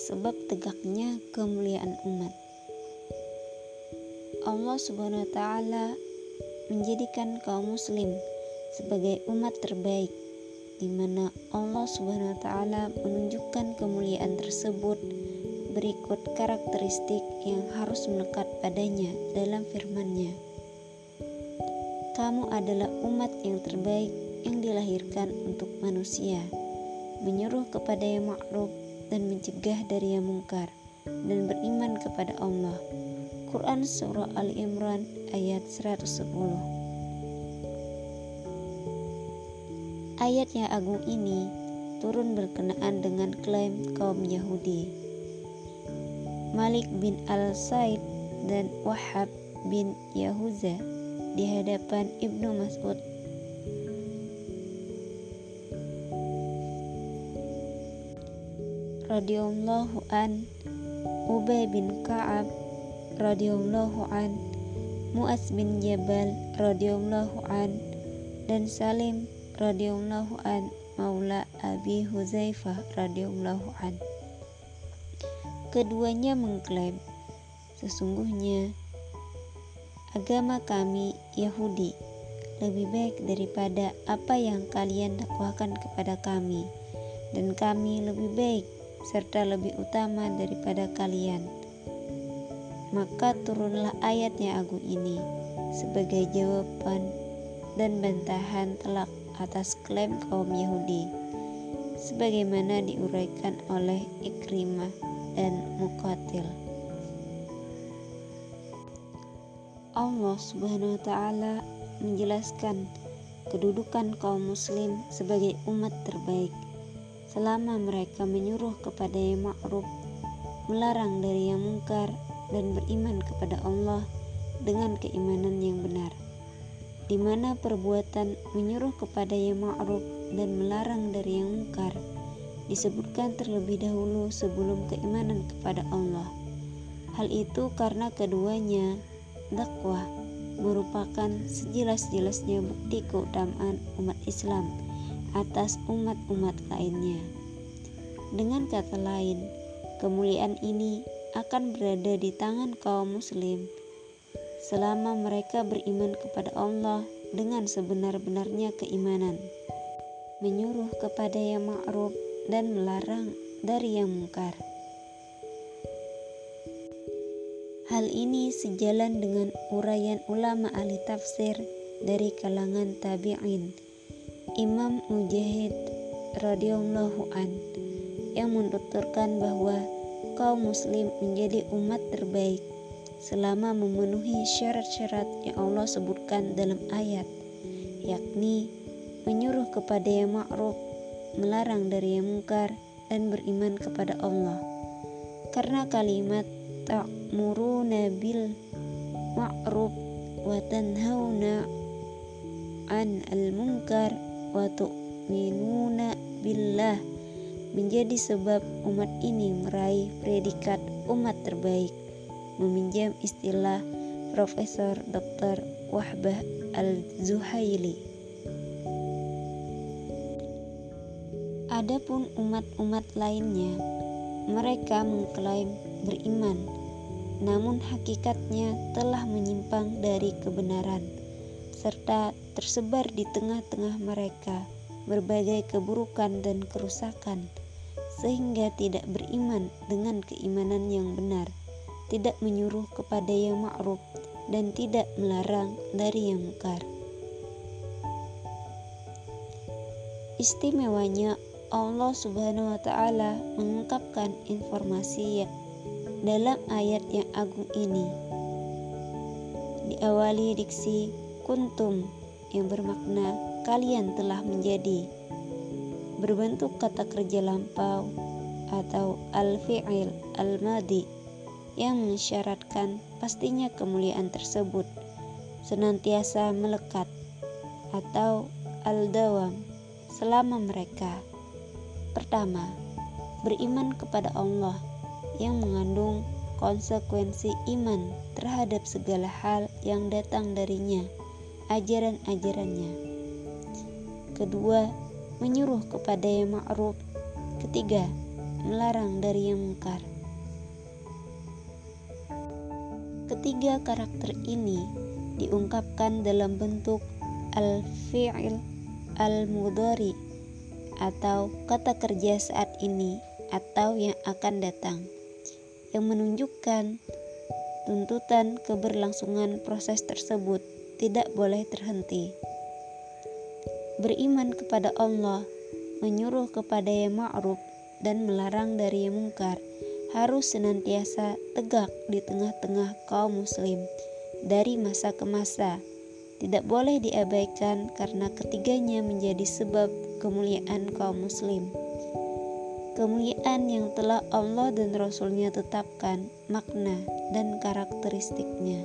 sebab tegaknya kemuliaan umat. Allah Subhanahu wa Ta'ala menjadikan kaum muslim sebagai umat terbaik, di mana Allah Subhanahu wa Ta'ala menunjukkan kemuliaan tersebut berikut karakteristik yang harus melekat padanya dalam firman-Nya. Kamu adalah umat yang terbaik yang dilahirkan untuk manusia, menyuruh kepada yang ma'ruf dan mencegah dari yang mungkar, dan beriman kepada Allah. Quran Surah Ali Imran ayat 110. Ayat yang agung ini turun berkenaan dengan klaim kaum Yahudi. Malik bin Al-Said dan Wahab bin Yahuza di hadapan Ibnu Mas'ud radhiyallahu an, Ubay bin Ka'ab radhiyallahu an, Mu'adz bin Jabal radhiyallahu an, dan Salim radhiyallahu an, maula Abi Huzaifah radhiyallahu an. Keduanya mengklaim, sesungguhnya agama kami Yahudi lebih baik daripada apa yang kalian dakwahkan kepada kami, dan kami lebih baik serta lebih utama daripada kalian. Maka turunlah ayat yang agung ini sebagai jawaban dan bantahan telak atas klaim kaum Yahudi, sebagaimana diuraikan oleh Ikrimah dan Muqatil. Allah Subhanahu wa Ta'ala menjelaskan kedudukan kaum muslim sebagai umat terbaik selama mereka menyuruh kepada yang ma'ruf, melarang dari yang mungkar, dan beriman kepada Allah dengan keimanan yang benar, di mana perbuatan menyuruh kepada yang ma'ruf dan melarang dari yang mungkar disebutkan terlebih dahulu sebelum keimanan kepada Allah. Hal itu karena keduanya dakwah merupakan sejelas-jelasnya bukti keutamaan umat Islam atas umat-umat lainnya. Dengan kata lain, kemuliaan ini akan berada di tangan kaum muslim selama mereka beriman kepada Allah dengan sebenar-benarnya keimanan, menyuruh kepada yang ma'ruf dan melarang dari yang mungkar. Hal ini sejalan dengan uraian ulama ahli tafsir dari kalangan tabi'in, Imam Mujahid radhiyallahu an, yang menuturkan bahwa kaum muslim menjadi umat terbaik selama memenuhi syarat-syarat yang Allah sebutkan dalam ayat, yakni menyuruh kepada yang ma'ruf, melarang dari yang mungkar, dan beriman kepada Allah. Karena kalimat ta'muruna bil ma'ruf wa tanhauna 'anil munkar wa tu'minuna billah menjadi sebab umat ini meraih predikat umat terbaik, meminjam istilah Profesor Dr. Wahbah Al-Zuhaili. Adapun umat-umat lainnya, mereka mengklaim beriman, namun hakikatnya telah menyimpang dari kebenaran, serta tersebar di tengah-tengah mereka berbagai keburukan dan kerusakan, sehingga tidak beriman dengan keimanan yang benar, tidak menyuruh kepada yang ma'ruf, dan tidak melarang dari yang mungkar. Istimewanya Allah Subhanahu wa Ta'ala mengungkapkan informasi dalam ayat yang agung ini. Diawali diksi kuntum yang bermakna kalian telah menjadi, berbentuk kata kerja lampau atau al-fi'il al-madi yang mensyaratkan pastinya kemuliaan tersebut senantiasa melekat, atau al-dawam selama mereka. Pertama, beriman kepada Allah yang mengandung konsekuensi iman terhadap segala hal yang datang darinya, ajaran-ajarannya. Kedua, menyuruh kepada yang ma'ruf. Ketiga, melarang dari yang mungkar. Ketiga karakter ini diungkapkan dalam bentuk al-fi'il al-mudhari atau kata kerja saat ini atau yang akan datang, yang menunjukkan tuntutan keberlangsungan proses tersebut tidak boleh terhenti. Beriman kepada Allah, menyuruh kepada yang ma'ruf dan melarang dari yang mungkar harus senantiasa tegak di tengah-tengah kaum muslim dari masa ke masa. Tidak boleh diabaikan karena ketiganya menjadi sebab kemuliaan kaum muslim. Kemuliaan yang telah Allah dan Rasul-Nya tetapkan makna dan karakteristiknya.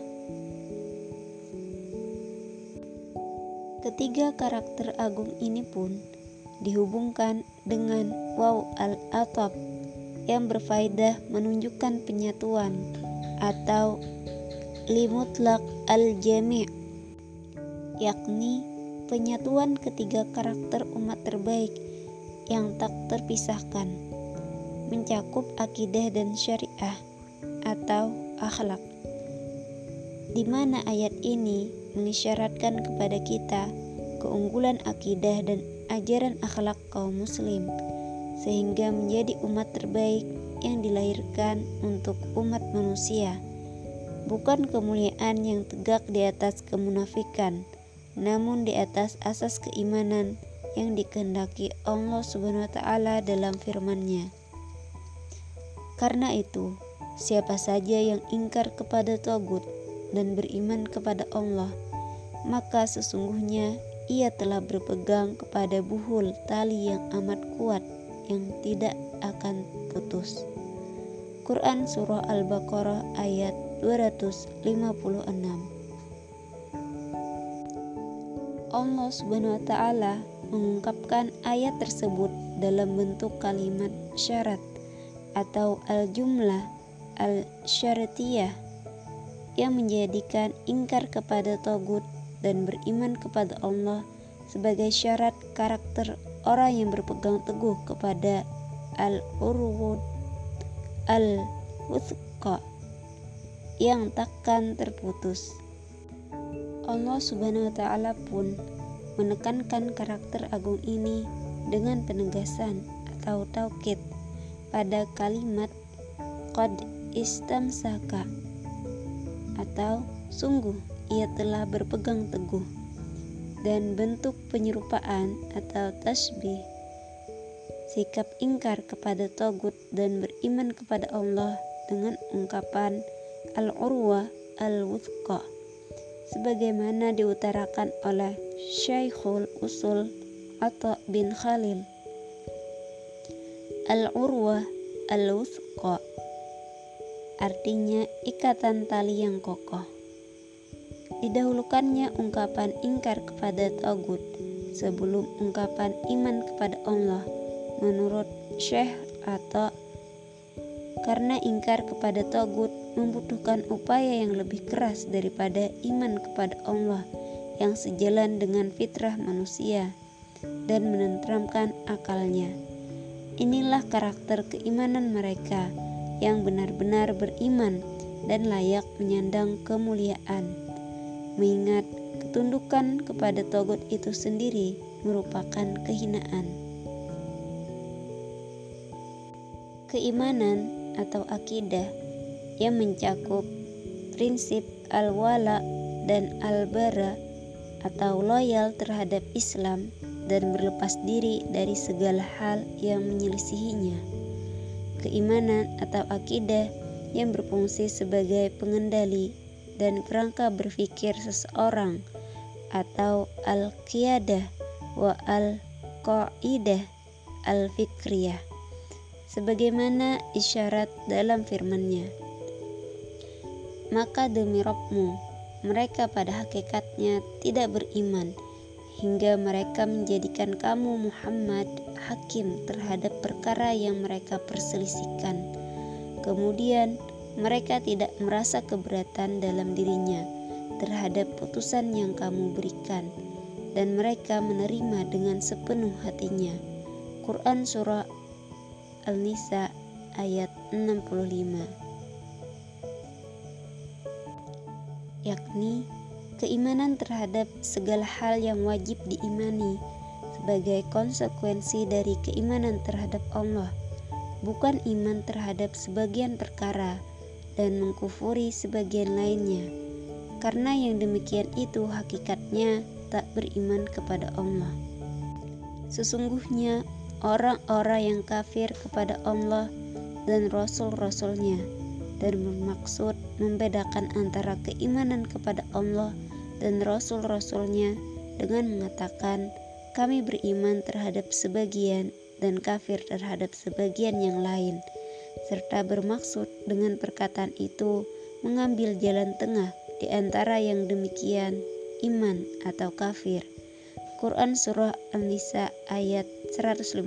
Ketiga karakter agung ini pun dihubungkan dengan waw al-atab yang berfaedah menunjukkan penyatuan atau limutlaq al-jami', yakni penyatuan ketiga karakter umat terbaik yang tak terpisahkan, mencakup akidah dan syariah atau akhlak, di mana ayat ini mengisyaratkan kepada kita keunggulan akidah dan ajaran akhlak kaum muslim, sehingga menjadi umat terbaik yang dilahirkan untuk umat manusia. Bukan kemuliaan yang tegak di atas kemunafikan, namun di atas asas keimanan yang dikehendaki Allah Subhanahu wa Ta'ala dalam firman-Nya. Karena itu, siapa saja yang ingkar kepada tagut dan beriman kepada Allah, maka sesungguhnya ia telah berpegang kepada buhul tali yang amat kuat yang tidak akan putus. Quran Surah Al-Baqarah ayat 256. Allah Subhanahu wa Ta'ala mengungkapkan ayat tersebut dalam bentuk kalimat syarat atau al-jumlah al-syaratiyah yang menjadikan ingkar kepada tagut dan beriman kepada Allah sebagai syarat karakter orang yang berpegang teguh kepada al-urwud al-wuthqa yang takkan terputus. Allah Subhanahu wa Ta'ala pun menekankan karakter agung ini dengan penegasan atau taukid pada kalimat qad istamsaka atau sungguh ia telah berpegang teguh, dan bentuk penyerupaan atau tasbih sikap ingkar kepada tagut dan beriman kepada Allah dengan ungkapan al-urwah al-wuthqa sebagaimana diutarakan oleh Syekhul Usul Atha bin Khalil. Al-urwah al-wuthqa artinya ikatan tali yang kokoh. Didahulukannya ungkapan ingkar kepada tagut sebelum ungkapan iman kepada Allah menurut Syekh Atha, karena ingkar kepada tagut membutuhkan upaya yang lebih keras daripada iman kepada Allah yang sejalan dengan fitrah manusia dan menenteramkan akalnya. Inilah karakter keimanan mereka yang benar-benar beriman dan layak menyandang kemuliaan, mengingat ketundukan kepada tagut itu sendiri merupakan kehinaan. Keimanan atau akidah yang mencakup prinsip al-wala dan al-bara atau loyal terhadap Islam dan berlepas diri dari segala hal yang menyelisihinya. Keimanan atau akidah yang berfungsi sebagai pengendali dan kerangka berpikir seseorang atau al-qiyadah wa al-qaidah al-fikriyah sebagaimana isyarat dalam firman-Nya. Maka demi Rabb-Mu, mereka pada hakikatnya tidak beriman, hingga mereka menjadikan kamu Muhammad hakim terhadap perkara yang mereka perselisihkan. Kemudian mereka tidak merasa keberatan dalam dirinya terhadap putusan yang kamu berikan, dan mereka menerima dengan sepenuh hatinya. Quran Surah An-Nisa ayat 65, yakni keimanan terhadap segala hal yang wajib diimani sebagai konsekuensi dari keimanan terhadap Allah, bukan iman terhadap sebagian perkara dan mengkufuri sebagian lainnya, karena yang demikian itu hakikatnya tak beriman kepada Allah. Sesungguhnya orang-orang yang kafir kepada Allah dan Rasul-Rasulnya dan bermaksud membedakan antara keimanan kepada Allah dan Rasul-Rasulnya dengan mengatakan kami beriman terhadap sebagian dan kafir terhadap sebagian yang lain, serta bermaksud dengan perkataan itu mengambil jalan tengah di antara yang demikian, iman atau kafir. Quran Surah An-Nisa ayat 150.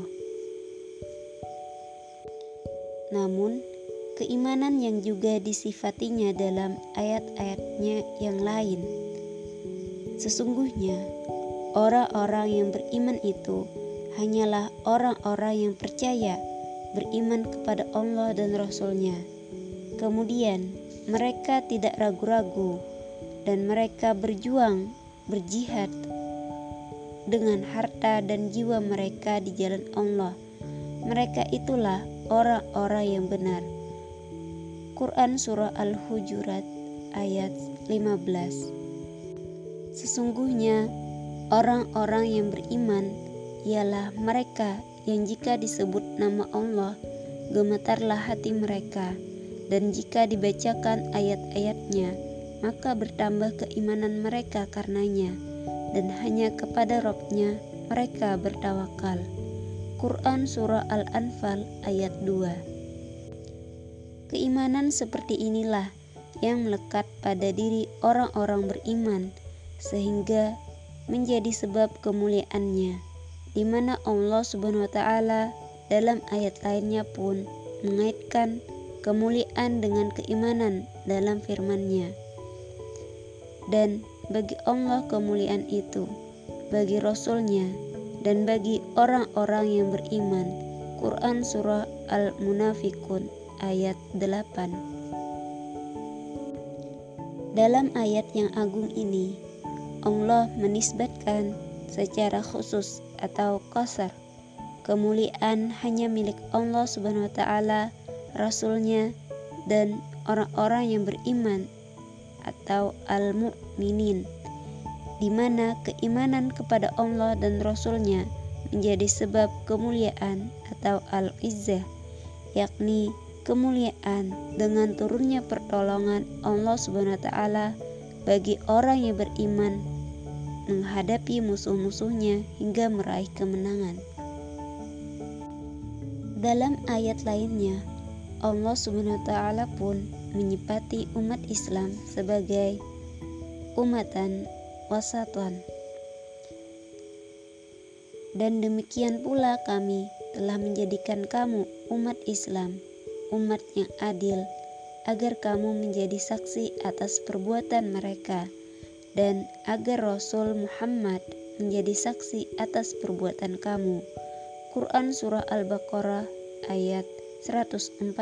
Namun, keimanan yang juga disifatinya dalam ayat-ayatnya yang lain. Sesungguhnya, orang-orang yang beriman itu hanyalah orang-orang yang percaya, beriman kepada Allah dan Rasul-Nya. Kemudian, mereka tidak ragu-ragu dan mereka berjuang, berjihad dengan harta dan jiwa mereka di jalan Allah. Mereka itulah orang-orang yang benar. Quran Surah Al-Hujurat ayat 15. Sesungguhnya orang-orang yang beriman ialah mereka yang jika disebut nama Allah gemetarlah hati mereka, dan jika dibacakan ayat-ayatnya maka bertambah keimanan mereka karenanya, dan hanya kepada Rabb-Nya mereka bertawakal. Quran Surah Al-Anfal ayat 2. Keimanan seperti inilah yang melekat pada diri orang-orang beriman sehingga menjadi sebab kemuliaannya, di mana Allah Subhanahu wa Ta'ala dalam ayat lainnya pun mengaitkan kemuliaan dengan keimanan dalam firman-Nya. Dan bagi Allah kemuliaan itu, bagi Rasul-Nya, dan bagi orang-orang yang beriman. Quran Surah Al-Munafikun ayat 8. Dalam ayat yang agung ini, Allah menisbatkan secara khusus atau qasar kemuliaan hanya milik Allah Subhanahu wa Ta'ala, Rasul-Nya, dan orang-orang yang beriman atau al-mu'minin, di mana keimanan kepada Allah dan Rasul-Nya menjadi sebab kemuliaan atau al-izzah, yakni kemuliaan dengan turunnya pertolongan Allah Subhanahu wa Ta'ala bagi orang yang beriman menghadapi musuh-musuhnya hingga meraih kemenangan. Dalam ayat lainnya, Allah Subhanahu wa Ta'ala pun menyifati umat Islam sebagai umatan wasatan. Dan demikian pula kami telah menjadikan kamu umat Islam, umat yang adil, agar kamu menjadi saksi atas perbuatan mereka, dan agar Rasul Muhammad menjadi saksi atas perbuatan kamu. Quran Surah Al-Baqarah ayat 143.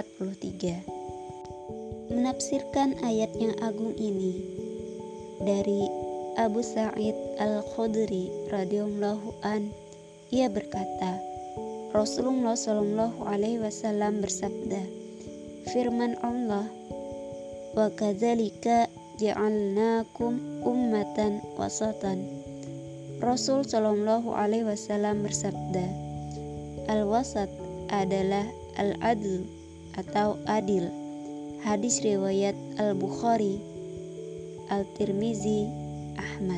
Menafsirkan ayat yang agung ini dari Abu Sa'id Al-Khudri radhiyallahu an, ia berkata, Rasulullah Shallallahu alaihi wasallam bersabda, firman Allah, wa kadzalika ja'alnakum ummatan wasatan. Rasul Shallallahu alaihi wasallam bersabda, al-wasat adalah al-adl atau adil. Hadis riwayat Al-Bukhari, Al-Tirmizi, Ahmad.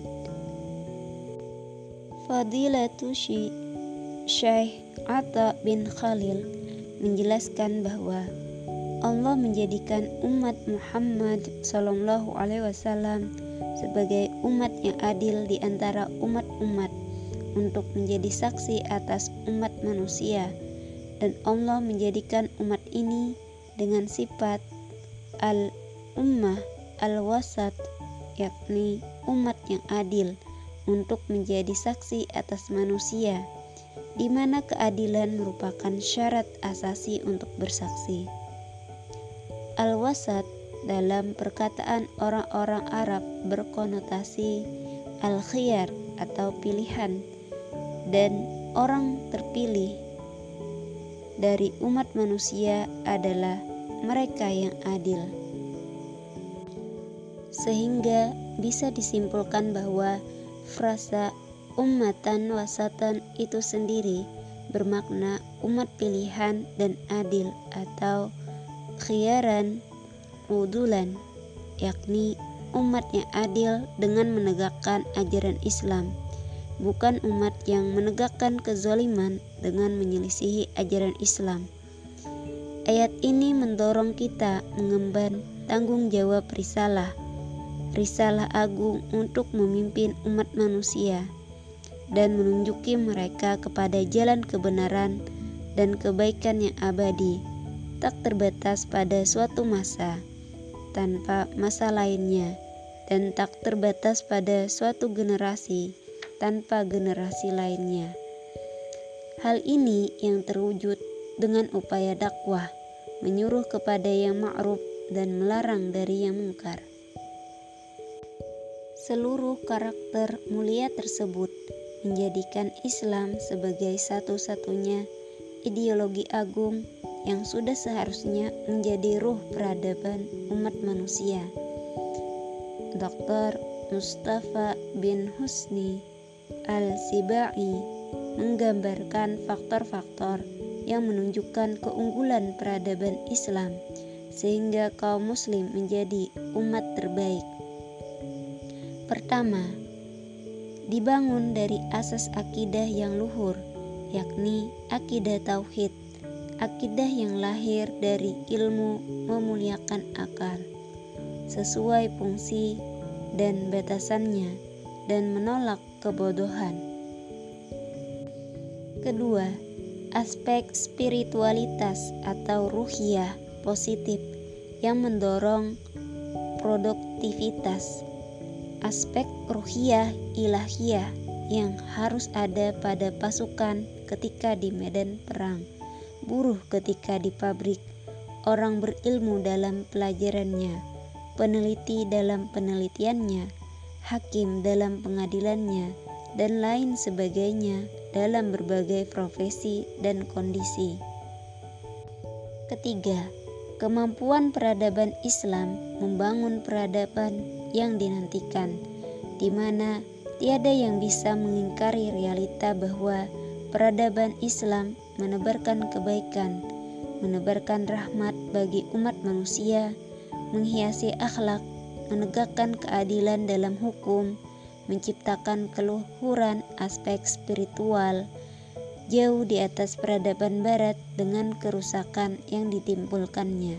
Fadilatu Syekh Atta bin Khalil menjelaskan bahwa Allah menjadikan umat Muhammad Sallallahu Alaihi Wasallam sebagai umat yang adil di antara umat-umat untuk menjadi saksi atas umat manusia, dan Allah menjadikan umat ini dengan sifat al-ummah al-wasat, yakni umat yang adil, untuk menjadi saksi atas manusia, di mana keadilan merupakan syarat asasi untuk bersaksi. Al-wasat dalam perkataan orang-orang Arab berkonotasi al-khiyar atau pilihan, dan orang terpilih dari umat manusia adalah mereka yang adil. Sehingga bisa disimpulkan bahwa frasa ummatan wasatan itu sendiri bermakna umat pilihan dan adil atau khiyaran udulan, yakni umat yang adil dengan menegakkan ajaran Islam, bukan umat yang menegakkan kezaliman dengan menyelisihi ajaran Islam. Ayat ini mendorong kita mengemban tanggung jawab risalah agung untuk memimpin umat manusia dan menunjuki mereka kepada jalan kebenaran dan kebaikan yang abadi, tak terbatas pada suatu masa tanpa masa lainnya, dan tak terbatas pada suatu generasi tanpa generasi lainnya. Hal ini yang terwujud dengan upaya dakwah, menyuruh kepada yang ma'ruf dan melarang dari yang mungkar. Seluruh karakter mulia tersebut menjadikan Islam sebagai satu-satunya ideologi agung yang sudah seharusnya menjadi ruh peradaban umat manusia. Dr. Mustafa bin Husni Al-Sibai menggambarkan faktor-faktor yang menunjukkan keunggulan peradaban Islam sehingga kaum muslim menjadi umat terbaik. Pertama, dibangun dari asas akidah yang luhur, yakni akidah tauhid, akidah yang lahir dari ilmu memuliakan akal, sesuai fungsi dan batasannya, dan menolak kebodohan. Kedua, aspek spiritualitas atau ruhiyah positif yang mendorong produktivitas. Aspek ruhiyah ilahiyah yang harus ada pada pasukan ketika di medan perang, buruh ketika di pabrik, orang berilmu dalam pelajarannya, peneliti dalam penelitiannya, hakim dalam pengadilannya, dan lain sebagainya dalam berbagai profesi dan kondisi. Ketiga, kemampuan peradaban Islam membangun peradaban yang dinantikan, di mana tiada yang bisa mengingkari realita bahwa peradaban Islam menebarkan kebaikan, menebarkan rahmat bagi umat manusia, menghiasi akhlak, menegakkan keadilan dalam hukum, menciptakan keluhuran aspek spiritual, jauh di atas peradaban barat dengan kerusakan yang ditimbulkannya.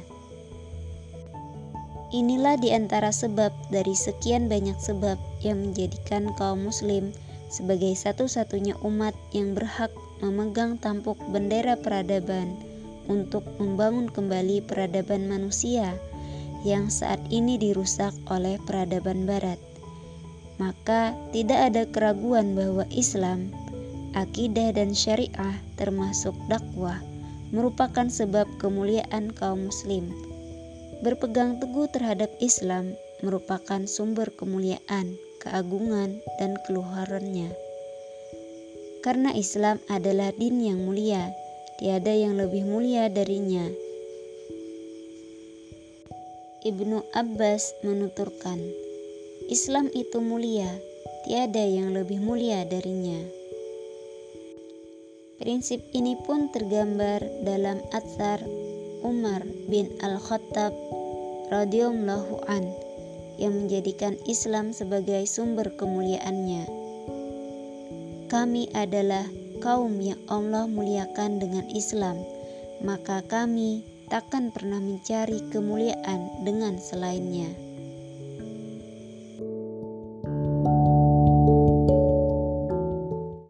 Inilah di antara sebab dari sekian banyak sebab yang menjadikan kaum muslim sebagai satu-satunya umat yang berhak memegang tampuk bendera peradaban untuk membangun kembali peradaban manusia yang saat ini dirusak oleh peradaban barat. Maka tidak ada keraguan bahwa Islam, akidah dan syariah termasuk dakwah merupakan sebab kemuliaan kaum muslim. Berpegang teguh terhadap Islam merupakan sumber kemuliaan, keagungan, dan keluhurannya. Karena Islam adalah din yang mulia, tiada yang lebih mulia darinya. Ibnu Abbas menuturkan, Islam itu mulia, tiada yang lebih mulia darinya. Prinsip ini pun tergambar dalam atsar Umar bin Al-Khattab radhiyallahu an yang menjadikan Islam sebagai sumber kemuliaannya. Kami adalah kaum yang Allah muliakan dengan Islam, maka kami takkan pernah mencari kemuliaan dengan selainnya.